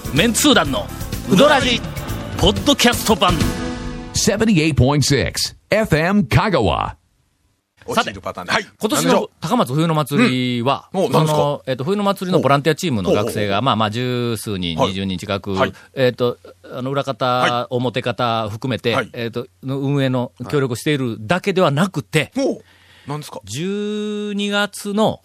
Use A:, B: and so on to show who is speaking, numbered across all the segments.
A: メンツー団のウドラジポッドキャスト版
B: 78.6 FM 香川。
A: さて、今年の高松冬の祭りは、冬の祭りのボランティアチームの学生が、十数人、20人近く、裏方、表方含めて、運営の協力をしているだけではなくて、
C: 何ですか
A: 12月の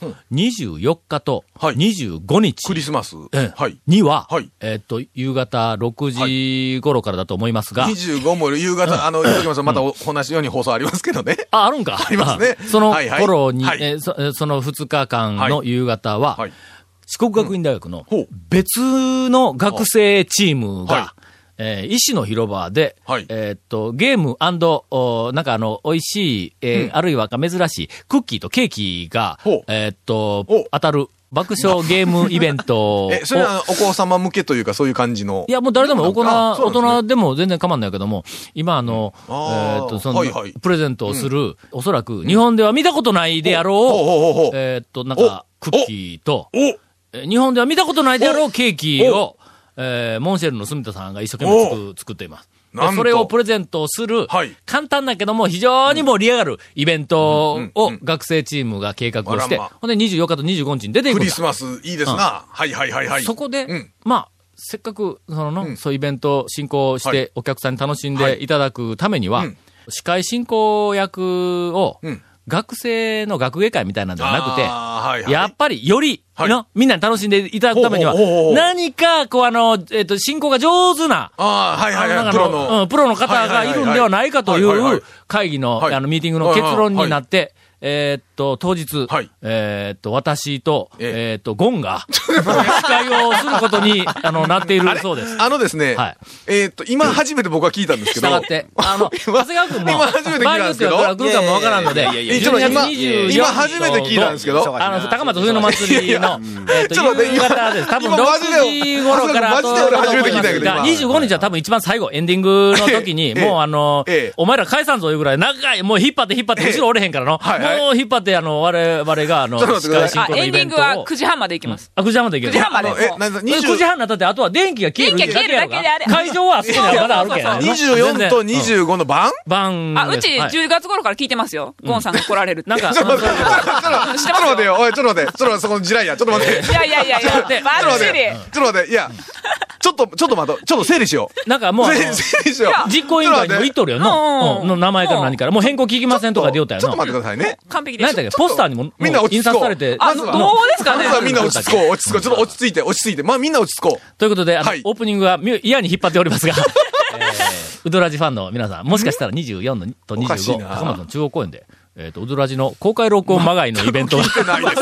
A: 24日と25日、
C: クリスマス
A: には、夕方6時頃からだと思いますが、
C: 25も夕方、言っときますまた同じように放送ありますけどね。
A: あるんか。
C: ありますね。
A: その頃に、その2日間の夕方は、四国学院大学の別の学生チームが、石の広場で、ゲーム美味しい、あるいは珍しいクッキーとケーキが、当たる爆笑ゲームイベントを。
C: それはお子様向けというかそういう感じの。
A: いや、もう誰でも大人でも全然構わないけども、今プレゼントをする、おそらく日本では見たことないであろう、クッキーと、日本では見たことないであろうケーキを、モンシェルの住田さんが一生懸命作っています。それをプレゼントをする、簡単だけども非常に盛り上がるイベントを学生チームが計画をして、ほんで24日と25日に出ていくんだ。
C: クリスマスいいですな。
A: そこで、せっかく、そういうイベントを進行して、お客さんに楽しんでいただくためには、司会進行役を、学生の学芸会みたいなんではなくて、やっぱりより、みんなに楽しんでいただくためには、何か、進行が上手な、プロの方がいるんではないかという会議の、ミーティングの結論になって、当日、私と、ゴンが、司会をすることに、なっているそうです。
C: ですね、今初めて僕は聞いたんですけど。
A: したがって、長谷川君も、
C: 今初めて聞いたんですけど。
A: 来るかもわからんので、
C: 今初めて聞いたんですけど。
A: 高松冬の祭りの、夕方です。多分6時頃からと
C: 初めて聞いたけど、
A: 25日は多分一番最後、エンディングの時に、もうお前ら返さんぞいうぐらい長い、もう引っ張って後ろおれへんからの、もう引っ張って、我々が、司会進行のイベントを。
D: エンディングは9時半まで行きます。
A: 9時半まで行ける。9時半まで。9時半になったって、あとは電気が消えるだけやろが。会場はあそこにはまだあるけど。
C: 24と25の晩
D: うち10月頃から聞いてますよ。ゴンさんが来られるって。
C: ちょっと待ってよ。おい、ちょっと待って。そこの地雷や。ちょっと待って。
D: いや、バッチリ。
C: ちょっと待って。いや。ちょっと待って。ちょっと整理しよう。
A: なんかもう、実行委員会にも言っとるよの名前から何から。もう変更聞きませんとか出よったよ
C: ちょっと待ってくださいね。
D: 完璧です。
A: 何だっけ、ポスターにも印刷されて。
D: どうですかね。
C: まずはみんな落ち着こう。ちょっと落ち着いて。みんな落ち着こう。
A: ということで、オープニングは嫌に引っ張っておりますが、ウドラジファンの皆さん、もしかしたら24と25、高松の中央公園で、ウドラジの公開録音まがいのイベントが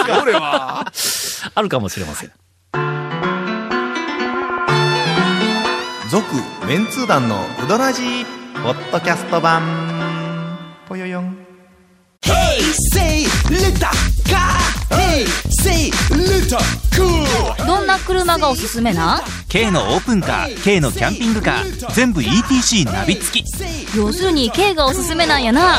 A: あるかもしれません。
E: 続メンツー団のウドラジポッドキャスト版ぽよよん。
F: どんな車がおすすめな？
G: K のオープンカー、K のキャンピングカー、全部 ETC ナビ付き。
F: 要するに K がおすすめなんやな。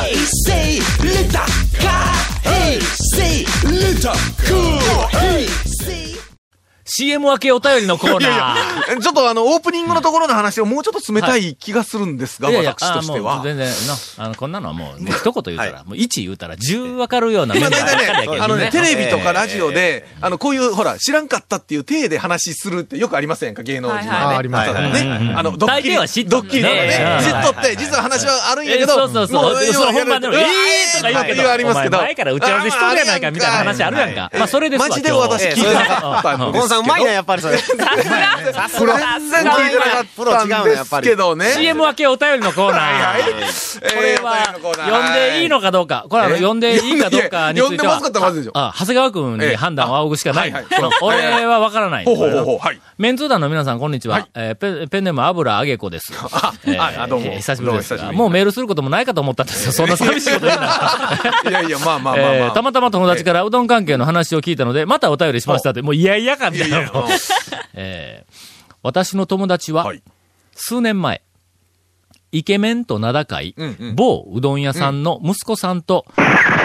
A: CM 明けお便りのコーナー。
C: ちょっとオープニングのところの話をもうちょっと冷たい気がするんですが、私としては。
A: 全然こんなのはもう、一言言うたら、もう1言うたら10分かるようなメンバーばっかりやけどね。
C: テレビとかラジオで、こういう、ほら、知らんかったっていう体で話するってよくありませんか、芸能人はね。
E: ありますね。
C: ドッキリとかね。知っとって、実は話はあるんやけど、
A: そう。その本番でも、とか言うけど、
C: ありますけど。
A: 前から打ち合わせしとるやないかみたいな話あるやんか。まあ、それですわ。
C: マジで私聞いてなかったんですけど。
E: ゴンさんうまいな、やっぱりそれ。
D: さすが。
C: プロ違うんですけどね。
A: CM 明けお便りのコーナー。これは、読んでいいのかどうか。これ読んでいいかどうかについては。
C: 読んでますかったらまずいでしょ。
A: 長谷川君に判断を仰ぐしかない。俺はわからない。メンツー団の皆さん、こんにちは。ペンネーム油あげこです。
C: どうも。
A: 久しぶりですが。もうメールすることもないかと思ったんですよ。そんな寂しいこと言うな。
C: いや、まあ。
A: たまたま友達からうどん関係の話を聞いたので、またお便りしましたって、もういやいやかみたいな。私の友達は、数年前、イケメンと名高い、某うどん屋さんの息子さんと、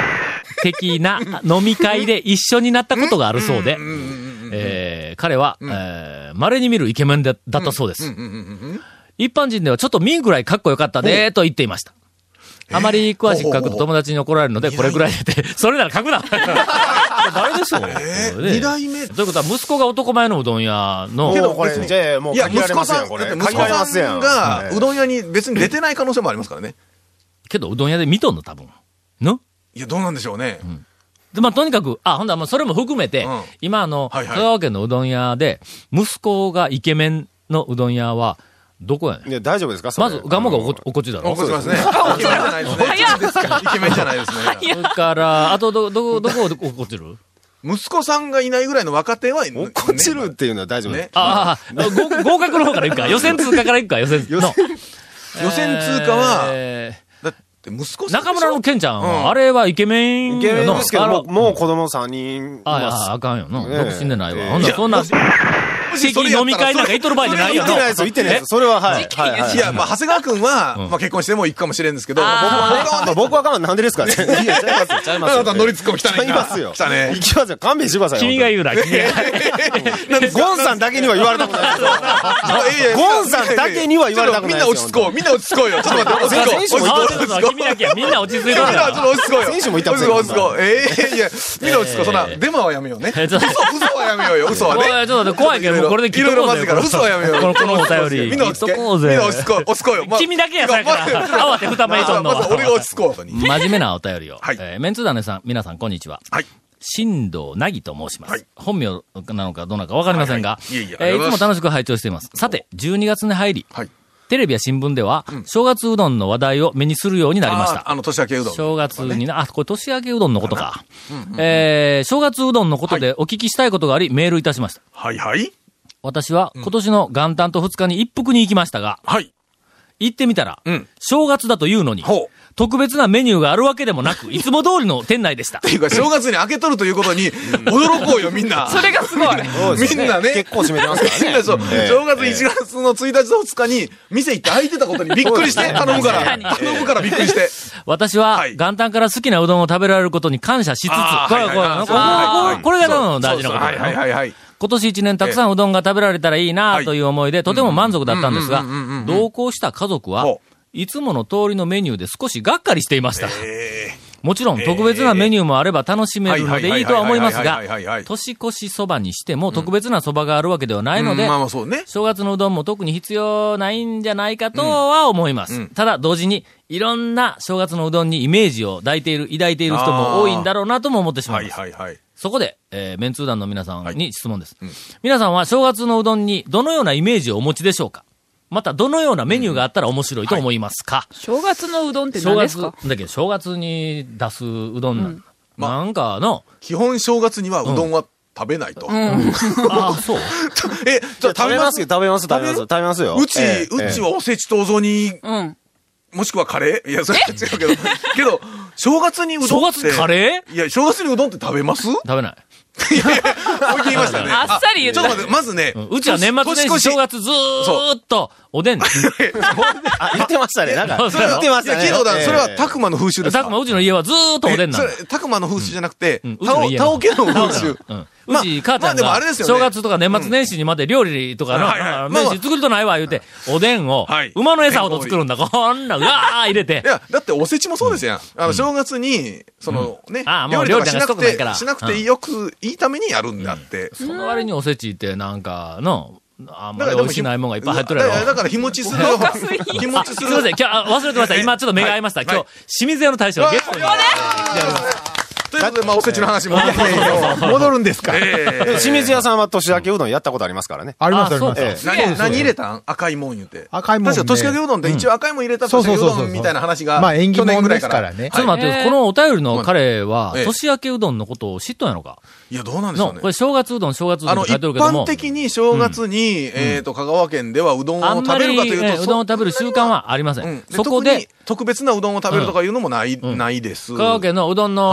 A: 的な飲み会で一緒になったことがあるそうで、彼は、稀に見るイケメンだったそうです。一般人ではちょっと見んぐらいかっこよかったで、と言っていました。あまり詳しく書くと友達に怒られるので、これぐらいで、それなら書くな誰でしょう
C: 二代目。
A: ということは、息子が男前のうどん屋の。
E: けどこれ、じゃあもう
C: いや、
E: 限られますやん、
C: 息子さん、
E: これ。
C: 息子さんが、うどん屋に別に出てない可能性もありますからね。
A: けど、うどん屋で見とんの、多分。の
C: いや、どうなんでしょうね。
A: で、まあ、とにかく、ほんだら、まあ、それも含めて、今香川県のうどん屋で、息子がイケメンのうどん屋は、どこやねん。
E: いや、大丈夫ですか
A: まず、ガモがおこっちだろ。
C: 怒ってますね。イケメンじゃないですね。イケメンじゃないですね。
A: それから、あと、どこ怒ってる
C: 息子さんがいないぐらいの若手は、
E: 落っこちるっていうのは大丈夫です。
A: 合格の方から行くか。予選通過から行くか、予選の。
C: 予選通過は、だって息子さん。
A: 中村のケンちゃん、あれはイケメン
E: イケメンですけど、もう子供3人。
A: あかんよな。独身でないわ。ほんならそんな、席飲み会なんか行っとる場合じゃないよな。
E: 行ってないですよ、行ってないですよ。それは、はい。
C: いや、まあ、長谷川くんは、まあ、結婚しても行くかもしれんですけど、
E: 僕は我慢なんでですかね。いや、ちゃいますよ、ちゃいますよ。
C: あなた乗りツッコミ来たね。
E: ちゃいますよ。
C: 来たね。
E: 行きますよ、勘弁してください。
A: 君が言うな、君が。
E: ゴンさんだけには言われたことないですよ。ゴンさんだけには言われたことないですよ。
C: みんな落ち着こう。みんな落ち着こうよ。ちょっと待って、落ち着こう。
A: 君だけや、みんな落ち着いとる
C: ちょっと落ち着こうよ。
E: 選手もいたもんね。
C: 落ち着こう。いや、みんな落ち着こう。そんな、デマはやめようね。嘘はやめようよ、嘘はね。
A: ちょっと怖いけど、これで聞いとこうぜ。
C: 嘘はやめよう。
A: このお便り。
C: みんな落ち着こう。みんな落ち着こう。落ち着こうよ。
A: 君だけやさから、慌てふたまいとんの。
C: まず俺が落ち着こう。
A: 真面目なお便りを。
C: はい
A: メンツー団さん、皆さんこんにちは。
C: はい。
A: 新藤なぎと申します。
C: はい
A: 本名なのかどうなのかわかりませんが、
C: い
A: つも楽しく拝聴しています。さて、12月に入り、
C: はい。
A: テレビや新聞では、正月うどんの話題を目にするようになりました。
C: 年明けうどん。
A: 正月にな、これ年明けうどんのことか。正月うどんのことでお聞きしたいことがあり、メールいたしました。
C: はいはい。
A: 私は今年の元旦と2日に一服に行きましたが、
C: はい。
A: 行ってみたら、
C: うん
A: 正月だというのに、
C: ほう。
A: 特別なメニューがあるわけでもなく、いつも通りの店内でした
C: っ。ていうか、正月に開けとるということに、驚こうよ、みんな。
D: それがすごい。
C: みんなね。
E: 結構閉めてますからね。
C: みんなそう。正月1月の1日と2日に、店行って開いてたことにびっくりして、頼むから。頼むからびっくりして。
A: 私は、
C: はい
A: 元旦から好きなうどんを食べられることに感謝しつつ、
C: あーはいはいはい
A: これが大事なことだよ
C: はいはいはいはい。
A: 今年1年たくさんうどんが食べられたらいいなという思いで、とても満足だったんですが、同行した家族は
C: ほ、
A: いつもの通りのメニューで少しがっかりしていました。
C: え
A: もちろん特別なメニューもあれば楽しめるのでいいとは思いますが
C: はいはいはいはいはいはい、
A: 年越しそばにしても特別なそばがあるわけではないので
C: ま、あまあそうね。
A: 正月のうどんも特に必要ないんじゃないかとは思います。ただ同時に、いろんな正月のうどんにイメージを抱いている人も多いんだろうなとも思ってしま
C: はいい
A: ます。
C: はいはい。
A: そこで、メンツー団の皆さんに質問です。皆さんは正月のうどんにどのようなイメージをお持ちでしょうか？またどのようなメニューがあったら面白いと思いますか？
D: 正月のうどんって
A: 正月
D: 何ですか？
A: だけど正月に出すうどんなんかの、
C: 基本正月にはうどんは食べないと。
A: ああ、そう
C: じゃあ
E: 食べますよ、食べますよ。
C: うちはおせちとお雑煮、
D: うん。
C: もしくはカレーいや、それは違うけど。けど、正月にうどんって。
A: 正月カレー
C: いや、正月にうどんって食べます
A: 食べない。
C: 置いて言いましたね。
D: あっさり言った
C: ちょっと待って、まずね。
A: うちは年末年始正月ずーっとおでん。
E: 言ってましたね、なんか。
A: そうやろ
E: 言ってましたね。
C: けどそれはたくまの風習ですか？
A: うちの家はずーっとおでんなんだ。
C: それ、たくまの風習じゃなくて、
A: うちの家
C: たおけの風習。
A: うち、母ちゃん
C: でもあ
A: が
C: れですよね
A: 正月とか年末年始にまで料理とかの、
C: はいはい
A: 飯作るとないわ言うて、おでんを
C: はい
A: 馬の餌ほど作るんだ。こんな、うわー入れて
C: い。や、だっておせちもそうですやん。正月に、ね、
A: ああもう
C: 料理とか
A: 料理なんかしとくないから
C: しなくてよく、いいためにやるんだって。
A: その割におせちってなんかの、あんま
C: だから
A: り美味しないもんがいっぱい入っとるやろ。
C: だから日持ちする。日持ちする。
A: すいません、今日、忘れてました。今ちょっと目が合いました。今日、清水屋の大将、ゲストに。
C: ということで、まあ、おせちの話も。
H: 戻るんですか。
E: でも清水屋さんは年明けうどんやったことありますからね。
H: ありますあり
A: あ
H: ます。
C: 何入れたん赤いもん言うて。
H: 赤いもんね
C: 確か年明けうどんって一応赤いもん入れた年明けうどんみたいな話が。
H: まあ縁起
C: 去年
H: 物で
C: ぐらいから。
H: すからね。
A: ちょっと待って、このお便りの彼は、
C: ええ
A: 年明けうどんのことを知っとんやろか。
C: いや、どうなんでしょうね
A: こ。れ正月うどんって書いて
C: 一
A: るけども。
C: 般的に正月に、香川県ではうどんを食
A: あんまり、
C: べるかというと、
A: うどんを食べる習慣はありません。そこで、
C: 特に特別なうどんを食べるとかいうのもないです。
A: 香川県のうどんの、
C: はい
A: なんか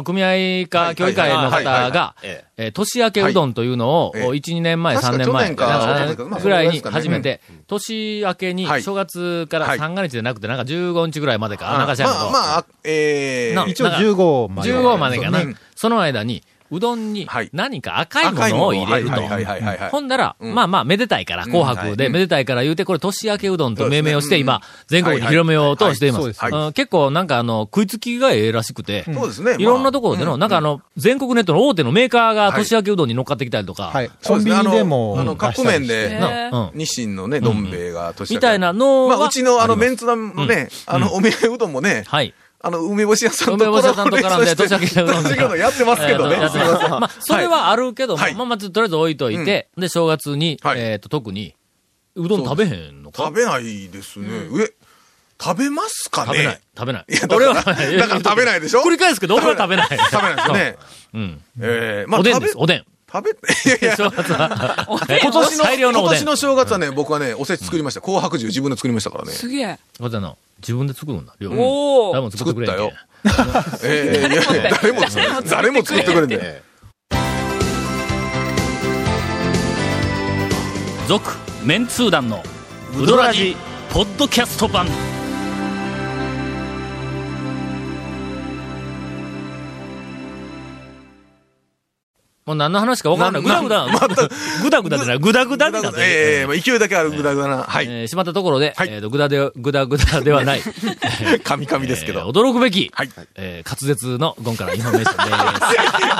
A: 組合か協議会の方が、年明けうどんというのを、1、2年前、3年前ぐらいに始めて、年明けに正月から三が日でなくて、なんか15日ぐらいまでか、なんか知らんけど。
H: まあ、一応15まで。
A: 15までかな。その間に、うどんに何か赤いものを入れると。ほんなら、まあまあ、めでたいから、紅白でめでたいから言うて、これ年明けうどんと命名をして、今、全国に広めようとしています。結構なんか食いつきがええらしくて、いろんなところでの、なんか全国ネットの大手のメーカーが年明けうどんに乗っかってきたりとか。
H: コンビニでも。
C: カップ麺で、日清のね、どん兵衛が年明け。
A: みたいなの
C: まあ、うちのメンツ団のね、おめえうどんもね、梅干し屋さんと
A: 絡んで、年明けうどん
C: やってますけどね。
A: まあ、それはあるけども、まあ、とりあえず置いといて、で、正月に、特に、うどん食べへんのか？
C: 食べないですね。食べますかね？
A: 食べない。
C: 俺は、だから食べないでしょ？
A: 繰り返すけど、俺は食べない。
C: 食べないですよね。
A: おでんです、おでん。
C: 正月は。今年の正月はね、僕はね、おせち作りました。紅白汁自分で作りましたからね。
D: すげえ。
A: 自分で作るんだ。
D: おー。
A: 誰も作ってくれんけん。
C: 誰も作ってくれんで。
A: 続、メンツー団のウドラジポッドキャスト版。もう何の話か分からない。ぐだぐだでない。ぐだぐだになって。
C: 勢いだけあるぐだぐだな。はい。
A: しまったところで、ぐだぐだではない。
C: カミカミですけど。
A: 驚くべき、滑舌のゴンからインフォメーションです。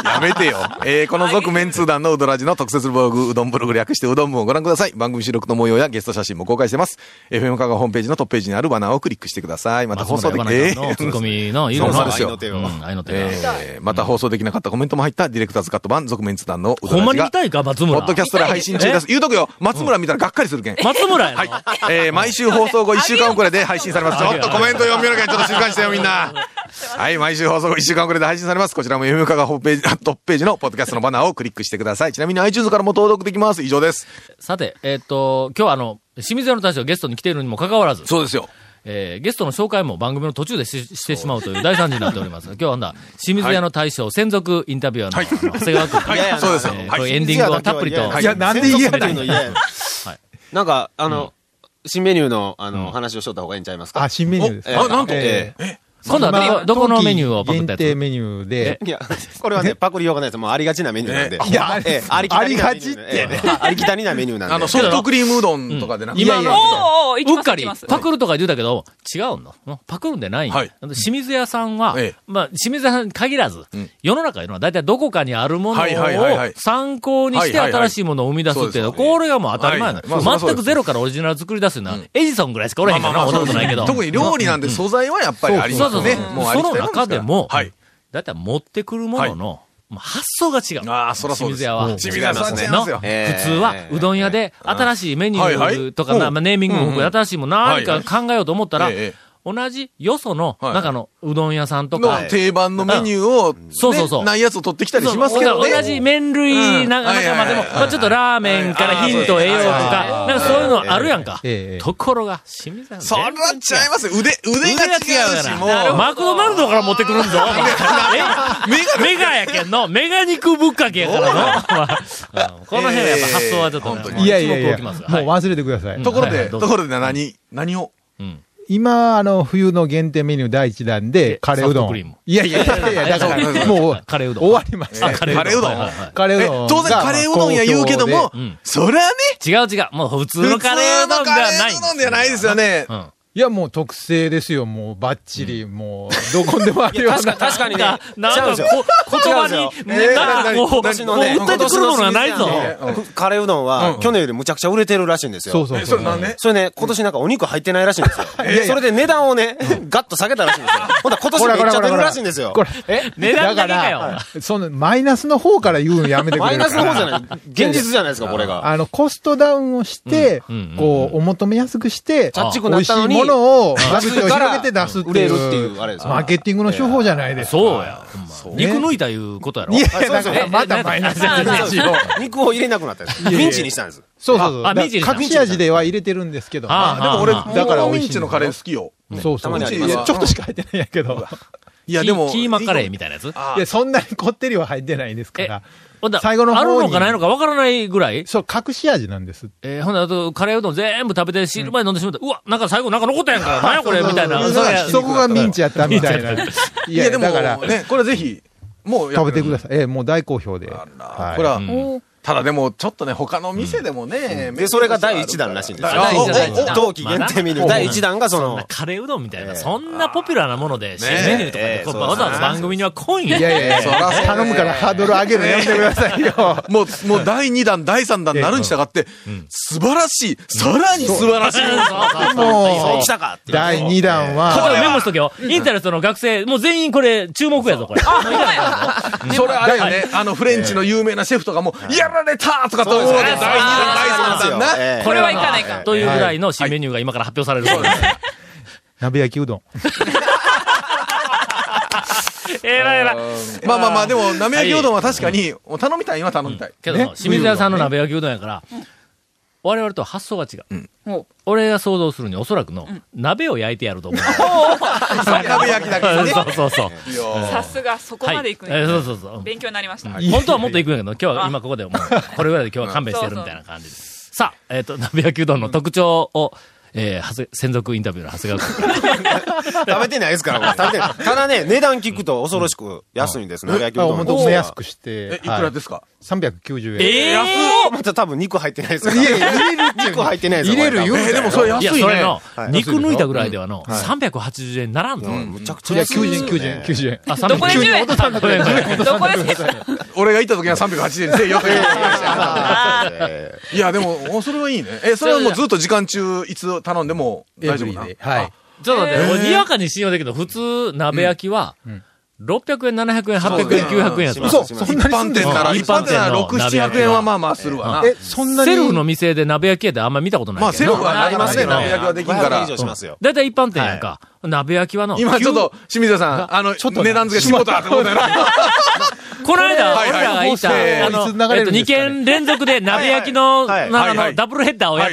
C: やめてよ。この続メンツー団のうどらじの特設ブログ、うどんブログ略してうどん部をご覧ください。番組収録の模様やゲスト写真も公開してます。FM 香川ホームページのトップページにあるバナーをクリックしてください。また放送できな
A: ツッコミの色の
C: 愛の手が。また放送できなかったコメントも入ったディレクターズカット版、続メンツ団のうどらじが。
A: ほんまに見たいか、松村。
C: ポッドキャストで配信中です。言うとくよ。松村見たらがっかりするけん。
A: 松村や
C: はい。毎週放送後1週間遅れで配信されます。ちょっとコメント読みよるけん、ちょっと静かにしてよ、みんな。はい。毎週放送後1週間遅れで配信されます。こちらも FM 香川ホームページ、トップページのポッドキャストのバナーをクリックしてください。ちなみに iTunes からも登録できます。以上です。
A: さて、今日は清水屋の大将がゲストに来ているにもかかわらず。
C: そうですよ。
A: ゲストの紹介も番組の途中でしてしまうという大惨事になっております。今日は清水屋の大将、専属インタビュアーの長谷川君。
C: はい、そうですよ。
A: エンディングをたっぷりと。
H: いや、なんで嫌なの？
I: なんか、新メニューの、話をしとった方がいいんちゃいますか？
H: あ、新メニューですか？
C: なんと。
A: 今度はどこのメニューをパクったやつ？
H: 限定メニューで。
I: いや、これはね、パクりようがないです。もうありがちなメニューなんで。
H: いや、
I: ありがちって。ありきたりなメニューなんで。
C: ソフトクリームうどんとかでなくて。
A: 今
D: う
A: っかり、パクるとか言うたけど、違うの？パクるんでないん。清水屋さんは、まあ、清水屋さんに限らず、世の中いうのは大体どこかにあるものを参考にして新しいものを生み出すっていうのは、これがもう当たり前なの。全くゼロからオリジナル作り出すのは、エジソンぐらいしかおれへんからな、ほとんどないけど。
C: 特に料理なんで素材はやっぱりありますね。
A: その中でも、だいたい持ってくるものの、発想が違う。
C: ああ、そらそうです。
A: 清水屋は。
C: 清水屋さん
A: の、普通は、うどん屋で新しいメニューとか、ネーミングも含め新しいもの何か考えようと思ったら、同じよその中のうどん屋さんとか。
C: 定番のメニューを、
A: そう。
C: ないやつを取ってきたりしますけどね。
A: 同じ麺類仲間でも、ちょっとラーメンからヒントを得ようとか、なんかそういうのあるやんか。ところが、清水屋
C: それは違いますよ。腕が違うし、もう。
A: マクドナルドから持ってくるんぞ。メガやけんの、メガ肉ぶっかけやからの。この辺はやっぱ発想はちょっとね。
H: いや、もう忘れてください。
C: ところで何を
H: 今、冬の限定メニュー第一弾で、カレーうどん。いや、だから、もう、
A: カレーうどん。
H: 終わりました。
C: カレーうどん。
H: カレーうどん。
C: 当然カレーうどんや言うけども、そりゃね。
A: 違う。もう普通のカレーうどんではない。
C: 普通のカレーうどんではないですよね。
H: いや、もう特製ですよ。もうバッチリ、もう、どこでもあるような。
I: 確かにね。
A: なんか、言葉に、なんかこう、訴えてくるものがないぞ。
I: カレーうどんは、去年よりむちゃくちゃ売れてるらしいんですよ。
H: そう。
I: それね、今年なんかお肉入ってないらしいんですよ。それで値段をね、ガッと下げたらしいんですよ。ほんと今年めっちゃ出るらしいんですよ。
A: 値段だけかよ。
H: その、マイナスの方から言うのやめてくれる。
I: マイナスの方じゃない。現実じゃないですか、これが。
H: コストダウンをして、こう、お求めやすくして、
I: チャッチくなったのに、
H: 美味しいものを、間口を広げて出すっていう。
I: 売れるっていう、あれです
H: マーケティングの手法じゃないですか。
A: そうや。肉抜いたいうことやろ。
H: いや、だからまたマイナスな話を。
I: 肉を入れなくなったんです。ミンチにしたんです。
H: そう。隠し味では入れてるんですけど。で
C: も俺、だからミンチのカレー好きよ。
H: そう。ちょっとしか入ってないんやけど。
C: いやでも
A: キーマカレーみたいなやつ。
H: いや、そんなにこってりは入ってないですから。
A: 最後の方にあるのかないのかわからないぐらい。
H: そう、隠し味なんです。
A: ほんで、あと、カレーうどん全部食べて汁まで飲んでしまった。うわ、なんか最後なんか残ったやんか。なんやこれみたいな。
H: そこがミンチやったみたいな。い
C: や、でも、ね、これぜひ、もう
H: 食べてください。もう大好評で。
C: これは、ただでも、ちょっとね、他の店でもね、
I: で、それが第1弾らしいんですよ。冬季限定メニュー。第1弾がその。
A: カレーうどんみたいな、そんなポピュラーなもので、新メニューとかで、わざわざ番組には来んや。
H: いやいや、頼むからハードル上げるのやめてくださいよ。
C: もう第2弾、第3弾になるに従って、素晴らしい、さらに素晴らしい。
H: も
I: う、来たか
H: 第2弾は。
A: これメモしとけよ。インタレストの学生、もう全員これ注目やぞ、これ。
C: それあれよね、フレンチの有名なシェフとかも、やられたとかと思うわけです。第2弾、第3弾な。
D: これはいかないか。
A: というぐらいの新メニューが今から発表されるそうです。
H: 鍋焼きうどん。
A: えら。
C: まあ、でも、鍋焼きうどんは確かに、頼みたいは頼みたい。
A: けど、清水屋さんの鍋焼きうどんやから、我々とは発想が違う。俺が想像するにおそらくの、鍋を焼いてやると思う。
C: 鍋焼きだけね。
A: そう。
D: さすが、そこまで行くね。
A: そう。
D: 勉強になりました。
A: 本当はもっと行くんやけど、今日は今ここでもう、これぐらいで今日は勘弁してるみたいな感じです。さあ、鍋焼きうどんの特徴を、専属インタビューの長谷川君。
I: 食べてないですから、食べてない。ただね、値段聞くと恐ろしく安いんですね、焼きうどん。
H: 本当安くして。
C: いくらですか
H: ?390 円。
I: 安っまた多分肉入ってないですから。いや、入れる肉入ってないです
H: 入れるよ。
C: でもそれ安いね。
A: いや、それの、肉抜いたぐらいではの、380円ならんぞ。
I: むちゃくちゃ安い。
H: 90円。
A: あ、
D: どこで10円どこで
C: 俺が行った時には380円にせよという。いや、でも、それはいいね。それはもうずっと時間中、いつ頼んでも大丈夫な。
H: はい。
A: ちょっと待って、にわかに信用できるの、普通、鍋焼きは、600円、700円、800円、900円やった。
C: そう、一般店なら、6、700円はまあするわな。
H: そんなに
A: セルフの店で鍋焼き屋ってあんま見たことない。
C: まあ、セルフはありますね、鍋焼きはできんから。
A: だいたい一般店やんか。鍋焼きはの。
C: 今ちょっと、清水さん、ちょっと値段付けしもたってことやな。
A: この間、俺らがいた、2件連続で鍋焼きの、ダブルヘッダーをやった。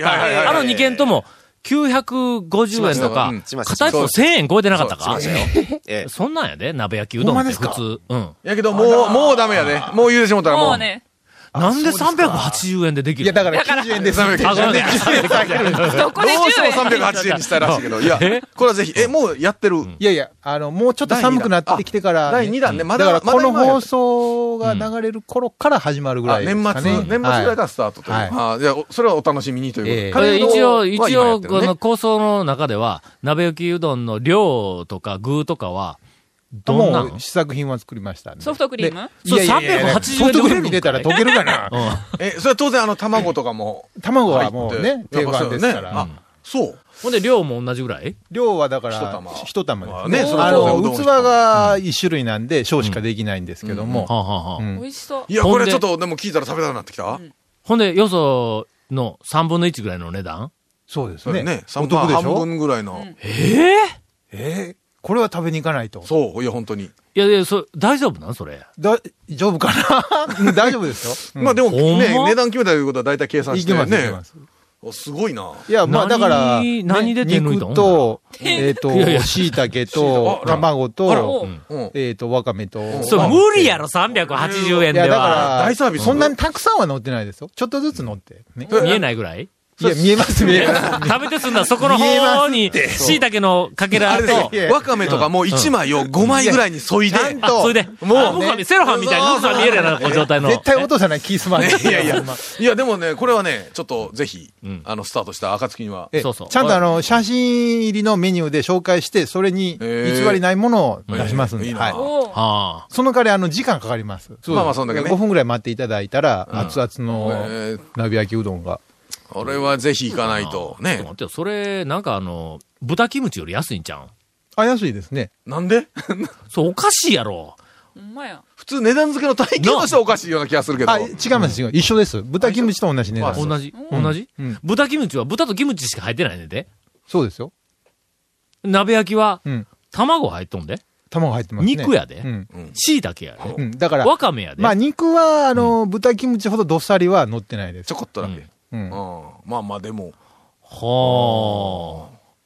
A: あの2件とも、950円とか、片一方1000円超えてなかったかそんなんやで、鍋焼きうどんって普通。
C: やけど、もうダメやで。もう言うてしもたらもう。
A: なんで380円でできる
H: いや、だから90円です。
D: どこで10円
C: どうしても380円にしたいらしいけど。いや、これはぜひ、もうやってる。
H: いやいや、もうちょっと寒くなってきてから。
C: 第2弾ね、まだ。
H: だからこの放送が流れる頃から始まるぐらい。
C: 年末ぐらいからスタートという。いや、それはお楽しみにということで。
A: 一応、この構想の中では、鍋焼きうどんの量とか具とかは、どんな
H: 試作品は作りました。
D: ソフトクリーム
A: そう、380円で売れる
H: 入れたら溶けるかな
C: それは当然卵とかも。
H: 卵はもうね、定番ですから。
C: そう。
A: ほんで量も同じぐらい
H: 量はだから、一玉ですね。器が一種類なんで、小しかできないんですけども。
D: 美味しそう。
C: いや、これちょっとでも聞いたら食べたくなってきた
A: ほんで、よその3分の1ぐらいの値段
H: そうですね。
C: 半分ぐらいの。
H: これは食べに行かないと。
C: そう、いや、本当に。
A: いや、大丈夫なんそれ。
H: 大丈夫かな大丈夫ですよ。
C: まあでもね、値段決めたということは大体計算してね。
H: いけます。
C: すごいな。
H: いや、まあだから、
A: 何で手抜いた
H: 肉と、椎茸と、卵と、わかめと。
A: そう、無理やろ、380円では。
H: いや、だから、
C: 大サービス。
H: そんなにたくさんは乗ってないですよ。ちょっとずつ乗って。
A: 見えないぐらい
H: いや、見えます。
A: 食べてすんだ、そこの方に、椎茸のかけらと、
C: わかめとかもう1枚を5枚ぐらいに添いで。
A: それで、もう、セロハンみたいに奥さん見えるやな、この状態の。
H: 絶対落とさないキースマン。
C: いや、でもね、これはね、ちょっとぜひ、スタートした暁には。
A: そうそう。
H: ちゃんと写真入りのメニューで紹介して、それに偽りないものを出しますんで。はい。その代わり、時間かかります。
C: まあまあ、そんだけね。
H: 5分ぐらい待っていただいたら、熱々の鍋焼きうどんが。
C: 俺はぜひ行かないと。ね。
A: それ、なんか豚キムチより安いんちゃうん
H: 安いですね。
C: なんで
A: そう、おかしいやろ。
D: ほんまや。
C: 普通値段付けの体系としてはおかしいような気がするけど。
H: 違います、一緒です。豚キムチと同じ値段。
A: 同じ豚キムチは豚とキムチしか入ってないねんで。
H: そうですよ。
A: 鍋焼きは、卵入っとんで。
H: 卵入ってますね。
A: 肉やで。椎茸やで。
H: だから、
A: わかめやで。
H: まあ肉は、豚キムチほどどっさりは乗ってないです。
C: ちょこっとだけ。まあまあでも。
A: はあ。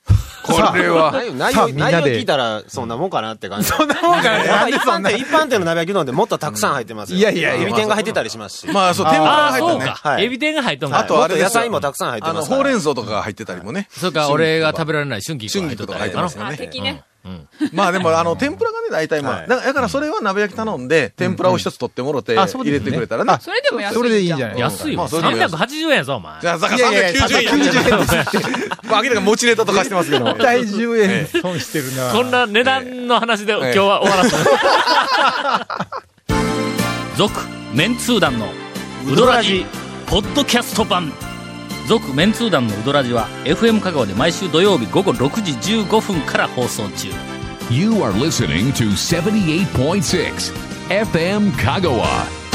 C: これは。
I: 内容聞いたら、そんなもんかなって感じ。
H: そんなもんかな。
I: 一般店の鍋焼きうどんでもっとたくさん入ってますよ。エビ天が入ってたりしますし。
C: まあ、そう、天ぷらが入ってるね。
A: エビ天が入ってんの
C: あとあれ
I: 野菜もたくさん入ってます。
C: ほうれん草とかが入ってたりもね。
A: それから俺が食べられない春菊
C: とか入ってますよね。
D: 敵ね。
C: まあでも、天ぷらがね、大体まあ、だからそれは鍋焼き頼んで、天ぷらを一つ取ってもろて、入れてくれたらね。
D: それでも安い。
H: それでいいんじゃない
A: 安いよ。380円やぞ、お前。
C: じゃあ、390円ですって。まあ、明らか持ちネタとかしてますけど。
H: 大10円損してるな。
A: こんな値段の話で今日は終わらせる。続、メンツー団のウドラジ、ポッドキャスト版。続メンツー団のウドラジは FM 香川で毎週土曜日午後6時15分から放送中。
B: You are listening to 78.6 FM 香川。